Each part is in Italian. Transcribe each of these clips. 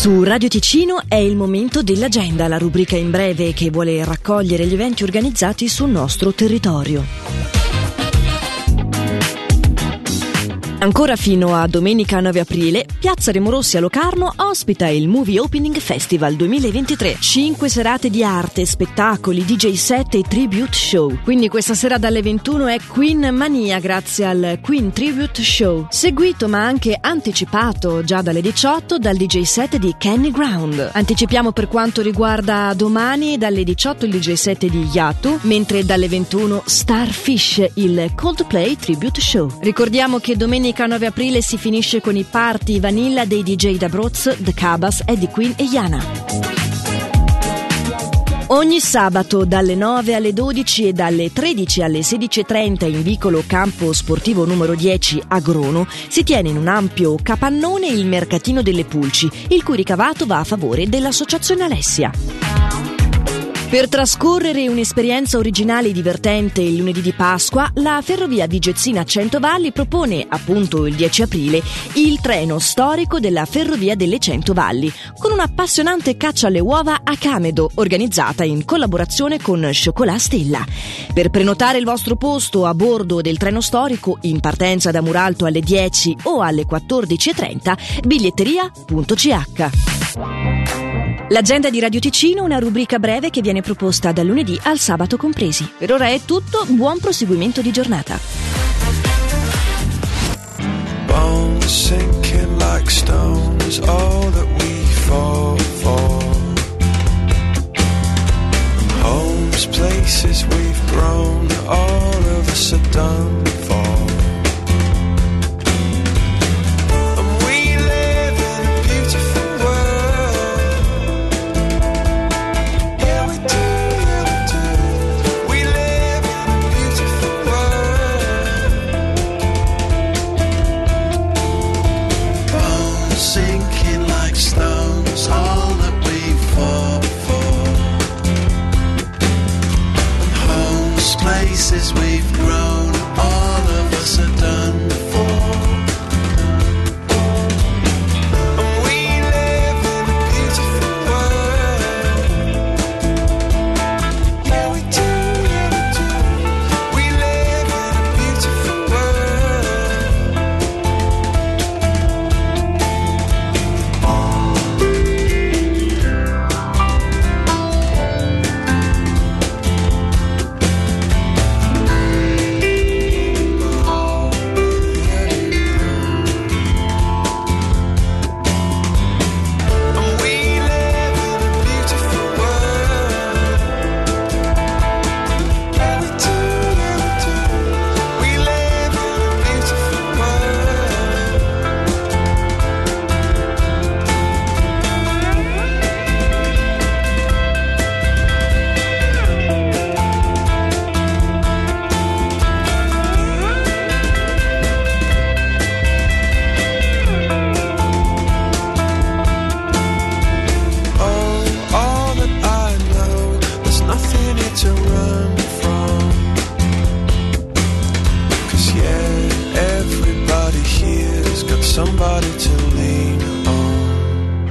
Su Radio Ticino è il momento dell'agenda, la rubrica in breve che vuole raccogliere gli eventi organizzati sul nostro territorio. Ancora fino a domenica 9 aprile, Piazza Remo Rossi a Locarno ospita il Movie Opening Festival 2023. 5 serate di arte, spettacoli, DJ set e tribute show. Quindi questa sera dalle 21 è Queen Mania grazie al Queen Tribute Show, seguito ma anche anticipato già dalle 18 dal DJ set di Kenny Ground. Anticipiamo per quanto riguarda domani dalle 18 il DJ set di Yatu, mentre dalle 21 Starfish, il Coldplay Tribute Show. Ricordiamo che domenica 9 aprile si finisce con i party vanilla dei DJ Dabroz, The Cabas, Eddie Queen e Yana. Ogni sabato dalle 9 alle 12 e dalle 13 alle 16.30 in vicolo Campo Sportivo numero 10 a Grono si tiene in un ampio capannone il Mercatino delle Pulci, il cui ricavato va a favore dell'Associazione Alessia. Per trascorrere un'esperienza originale e divertente il lunedì di Pasqua, la Ferrovia Vigezzina Centovalli propone, appunto il 10 aprile, il treno storico della Ferrovia delle Centovalli, con un'appassionante caccia alle uova a Camedo, organizzata in collaborazione con Chocolat Stella. Per prenotare il vostro posto a bordo del treno storico, in partenza da Muralto alle 10 o alle 14.30, biglietteria.ch. L'agenda di Radio Ticino, una rubrica breve che viene proposta dal lunedì al sabato compresi. Per ora è tutto, buon proseguimento di giornata. Bones sinking like stones, all that we fall for. Homes, places we've grown, all of us are done for. Sinking like stones, all that we fall for. And homes, places we've grown, all of us are done for. And we live in a beautiful world. Yeah, we do, yeah, we do. We live in a beautiful world. To run from, 'cause yeah, everybody here's got somebody to lean on.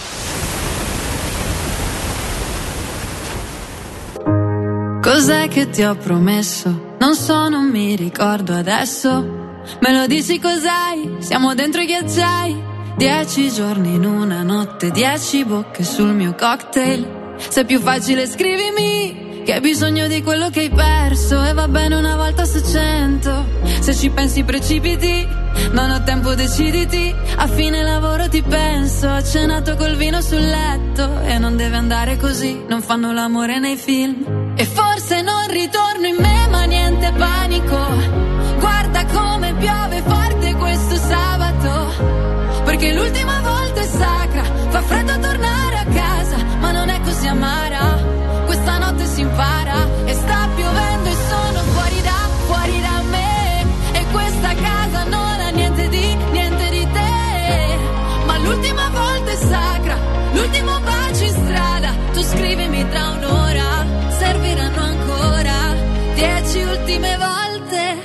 Cos'è che ti ho promesso? Non so, non mi ricordo adesso. Me lo dici cos'hai? Siamo dentro i ghiacciai. 10 giorni in una notte, 10 bocche sul mio cocktail. Se è più facile scrivimi che hai bisogno di quello che hai perso, e va bene una volta su 100. Se ci pensi precipiti, non ho tempo, deciditi. A fine lavoro ti penso, ho cenato col vino sul letto. E non deve andare così, non fanno l'amore nei film. E forse non ritorno in me, ma niente panico. Guarda come piove forte questo sabato, perché l'ultima volta è sacra. Fa freddo tornare a casa, ma non è così amara. Questa notte si impara e sta piovendo e sono fuori da me. E questa casa non ha niente di te. Ma l'ultima volta è sacra, l'ultimo bacio in strada. Tu scrivimi tra un'ora, serviranno ancora 10 ultime volte.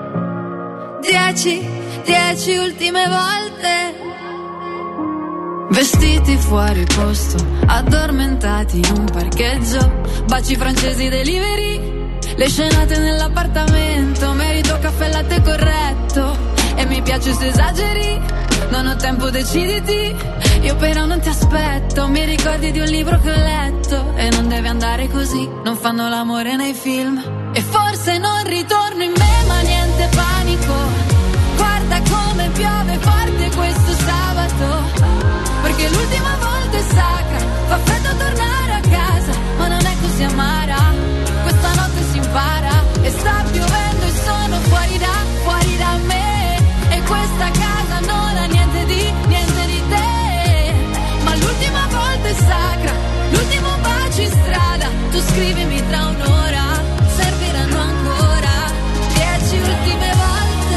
10 ultime volte. Vestiti fuori posto, addormentati in un parcheggio, baci francesi delivery, le scenate nell'appartamento, merito caffè latte corretto e mi piace se esageri, non ho tempo deciditi, io però non ti aspetto, mi ricordi di un libro che ho letto e non deve andare così, non fanno l'amore nei film e forse non ritorno in me ma niente panico, guarda come piove forte questo sabato. Perché l'ultima volta è sacra, fa freddo tornare a casa, ma non è così amara, questa notte si impara, e sta piovendo e sono fuori da me, e questa casa non ha niente di te, ma l'ultima volta è sacra, l'ultimo bacio in strada, tu scrivimi tra un'ora, serviranno ancora 10 ultime volte.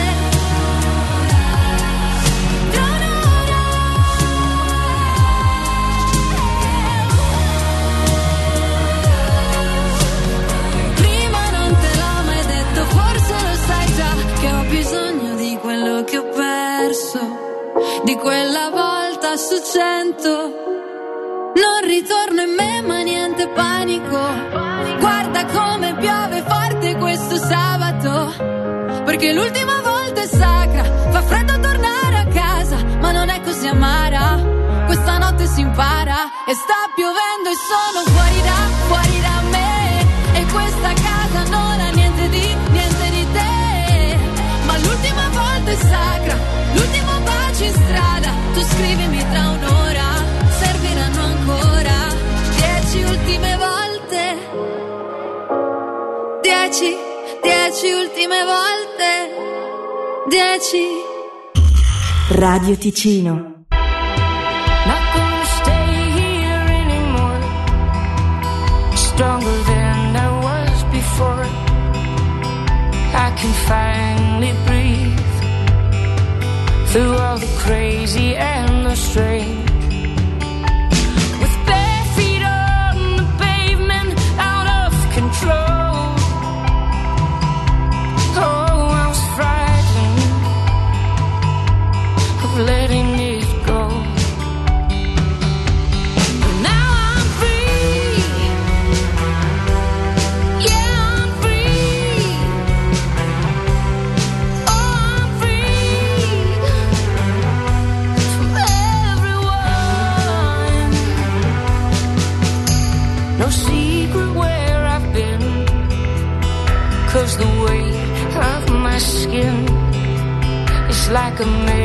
Bisogno di quello che ho perso, di quella volta su 100. Non ritorno in me ma niente panico, guarda come piove forte questo sabato. Perché l'ultima volta è sacra, fa freddo tornare a casa, ma non è così amara, questa notte si impara, e sta piovendo e sono fuori da me, e questa casa non ha niente di te. Ma l'ultima volta è sacra, l'ultimo bacio in strada, tu scrivimi tra un'ora, serviranno ancora 10 ultime volte, 10 ultime volte, 10. Radio Ticino. Stronger than I was before, I can finally breathe through all the crazy and the strange. With bare feet on the pavement, out of control. Oh, I was frightened of letting it go. But now I'm free. Yeah, I'm free. Oh, I'm free from everyone. No secret where I've been, 'cause the weight of my skin is like a mirror